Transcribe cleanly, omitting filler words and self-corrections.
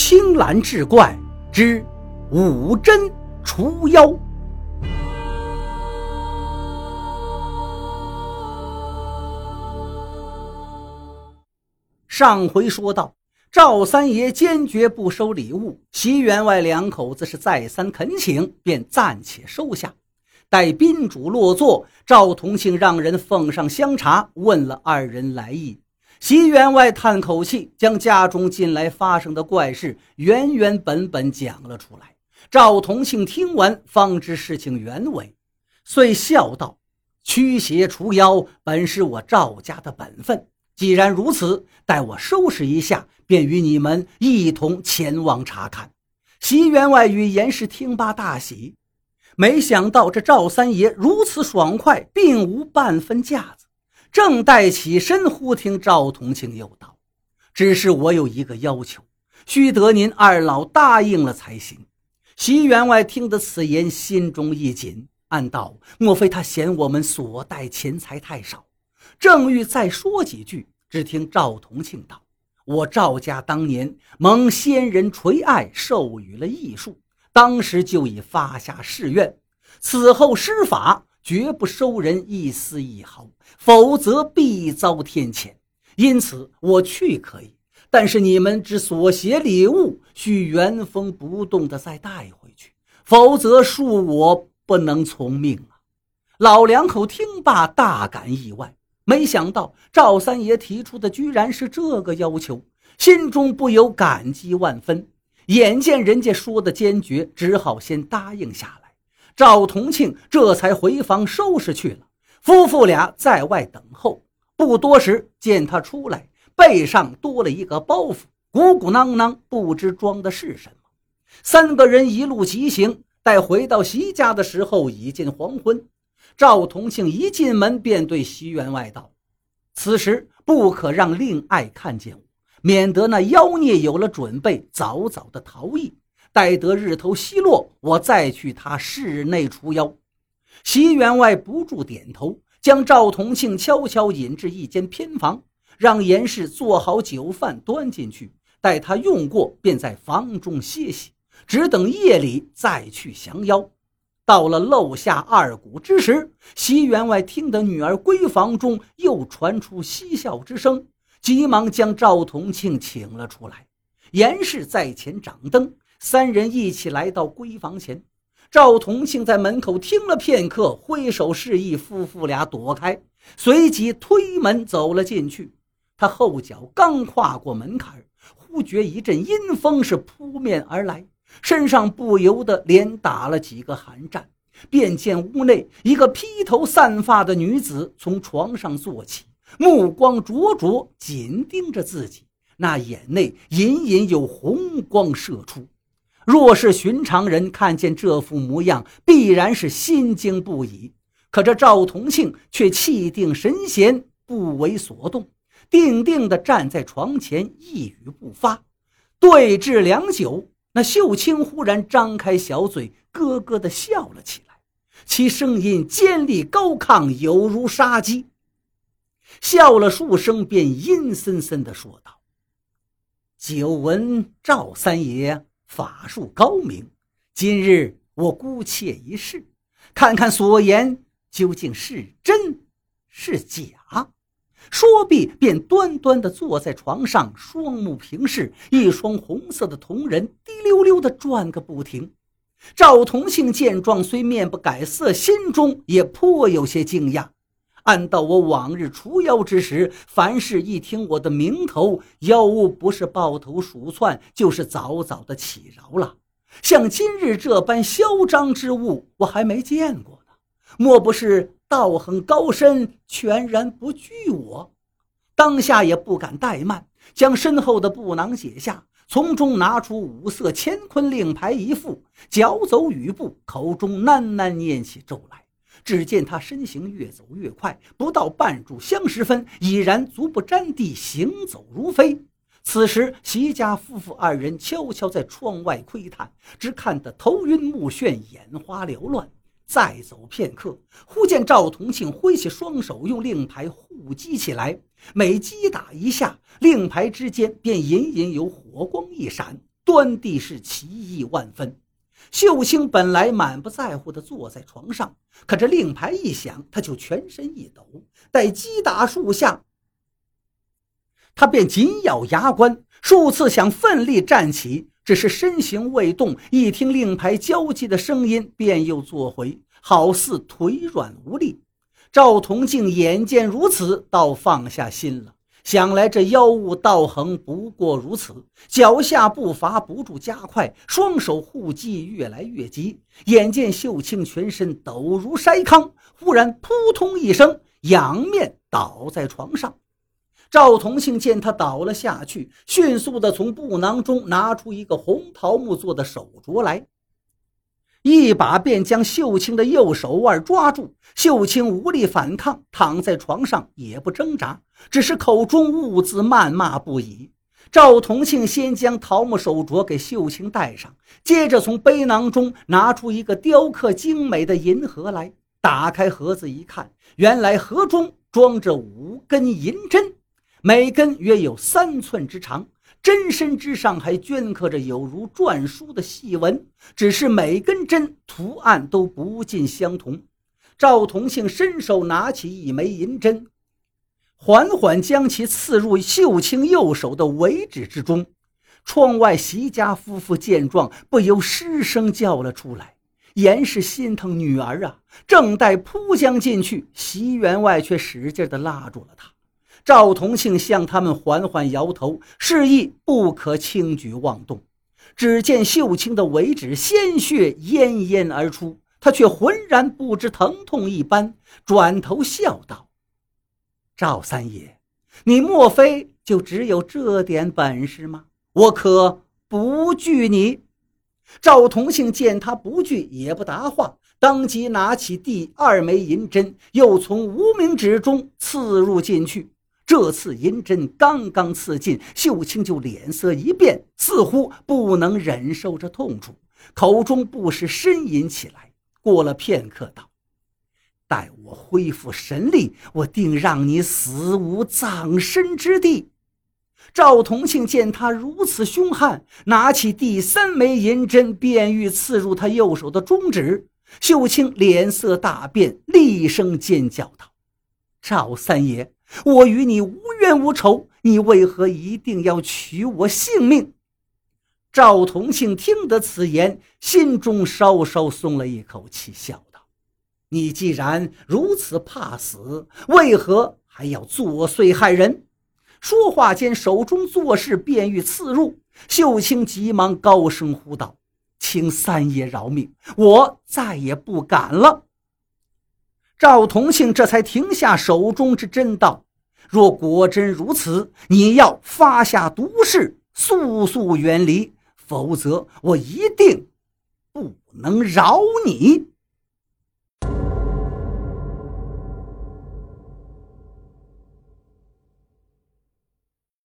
青蓝志怪之五针除妖。上回说到，赵三爷坚决不收礼物，席员外两口子是再三恳请，便暂且收下。待宾主落座，赵同庆让人奉上香茶，问了二人来意。席员外叹口气，将家中近来发生的怪事原原本本讲了出来。赵同庆听完，方知事情原委，遂笑道：驱邪除妖本是我赵家的本分，既然如此，待我收拾一下，便与你们一同前往查看。席员外与严氏听罢大喜，没想到这赵三爷如此爽快，并无半分架子。正待起身，忽听赵同庆又道：只是我有一个要求，须得您二老答应了才行。席员外听得此言，心中一紧，暗道莫非他嫌我们所带钱财太少。正欲再说几句，只听赵同庆道：我赵家当年蒙先人垂爱，授予了艺术，当时就已发下誓愿，此后施法绝不收人一丝一毫，否则必遭天谴。因此我去可以，但是你们之所携礼物，需原封不动地再带回去，否则恕我不能从命啊。老两口听罢大感意外，没想到赵三爷提出的居然是这个要求，心中不由感激万分。眼见人家说的坚决，只好先答应下来。赵同庆这才回房收拾去了。夫妇俩在外等候，不多时见他出来，背上多了一个包袱，鼓鼓囊囊，不知装的是什么。三个人一路疾行，待回到席家的时候已近黄昏。赵同庆一进门便对席员外道：此时不可让令爱看见我，免得那妖孽有了准备，早早的逃逸，待得日头西落，我再去他室内除妖。席员外不住点头，将赵同庆悄悄引至一间偏房，让严氏做好酒饭端进去，待他用过，便在房中歇息，只等夜里再去降妖。到了漏下二鼓之时，席员外听得女儿闺房中又传出嬉笑之声，急忙将赵同庆请了出来。严氏在前掌灯，三人一起来到闺房前。赵同庆在门口听了片刻，挥手示意夫妇俩躲开，随即推门走了进去。他后脚刚跨过门槛，忽觉一阵阴风是扑面而来，身上不由得连打了几个寒战，便见屋内一个披头散发的女子从床上坐起，目光灼灼，紧盯着自己，那眼内隐隐有红光射出。若是寻常人看见这副模样，必然是心惊不已，可这赵同庆却气定神闲，不为所动，定定地站在床前，一语不发。对峙良久，那秀清忽然张开小嘴，咯咯地笑了起来，其声音尖利高亢，有如杀鸡。笑了数声，便阴森森地说道：久闻赵三爷法术高明，今日我姑且一试，看看所言究竟是真是假。说毕便端端地坐在床上，双目平视，一双红色的瞳仁滴溜溜地转个不停。赵同庆见状，虽面不改色，心中也颇有些惊讶。按道我往日除妖之时，凡是一听我的名头，妖物不是抱头鼠窜，就是早早的起饶了。像今日这般嚣张之物，我还没见过呢。莫不是道行高深，全然不惧我？当下也不敢怠慢，将身后的布囊解下，从中拿出五色乾坤令牌一副，脚走雨步，口中喃喃念起咒来。只见他身形越走越快，不到半炷香时分，已然足不沾地，行走如飞。此时席家夫妇二人悄悄在窗外窥探，只看得头晕目眩，眼花缭乱。再走片刻，忽见赵同庆挥起双手，用令牌互击起来，每击打一下，令牌之间便隐隐有火光一闪， 端地是奇异万分。秀清本来满不在乎地坐在床上，可这令牌一响，他就全身一抖，待击打数下，他便紧咬牙关，数次想奋力站起，只是身形未动，一听令牌交击的声音，便又坐回，好似腿软无力。赵同敬眼见如此，倒放下心了，想来这妖物道行不过如此，脚下步伐不住加快，双手护击越来越急。眼见秀清全身抖如筛糠，忽然扑通一声，仰面倒在床上。赵同庆见他倒了下去，迅速地从布囊中拿出一个红桃木做的手镯来，一把便将秀清的右手腕抓住。秀清无力反抗，躺在床上也不挣扎，只是口中兀自谩骂不已。赵同庆先将桃木手镯给秀清戴上，接着从背囊中拿出一个雕刻精美的银盒来，打开盒子一看，原来盒中装着5根银针，每根约有3寸之长，针身之上还镌刻着有如篆书的细纹，只是每根针图案都不尽相同。赵同庆伸手拿起一枚银针，缓缓将其刺入秀清右手的尾指之中。窗外席家夫妇见状，不由失声叫了出来。严氏心疼女儿啊，正待扑将进去，席员外却使劲地拉住了他。赵同庆向他们缓缓摇头，示意不可轻举妄动。只见秀清的尾指鲜血奄奄而出，他却浑然不知疼痛一般，转头笑道：赵三爷，你莫非就只有这点本事吗？我可不惧你。赵同庆见他不惧，也不答话，当即拿起第2枚银针，又从无名指中刺入进去。这次银针刚刚刺进，秀清就脸色一变，似乎不能忍受这痛楚，口中不时呻吟起来。过了片刻道：待我恢复神力，我定让你死无葬身之地。赵同庆见他如此凶悍，拿起第3枚银针，便欲刺入他右手的中指。秀清脸色大变，厉声尖叫道：赵三爷，我与你无冤无仇，你为何一定要取我性命？赵同庆听得此言，心中稍稍松了一口气，笑道：你既然如此怕死，为何还要作祟害人？说话间，手中做事便欲刺入。秀清急忙高声呼道：请三爷饶命，我再也不敢了。赵同庆这才停下手中之针道：若果真如此，你要发下毒誓，速速远离，否则我一定不能饶你。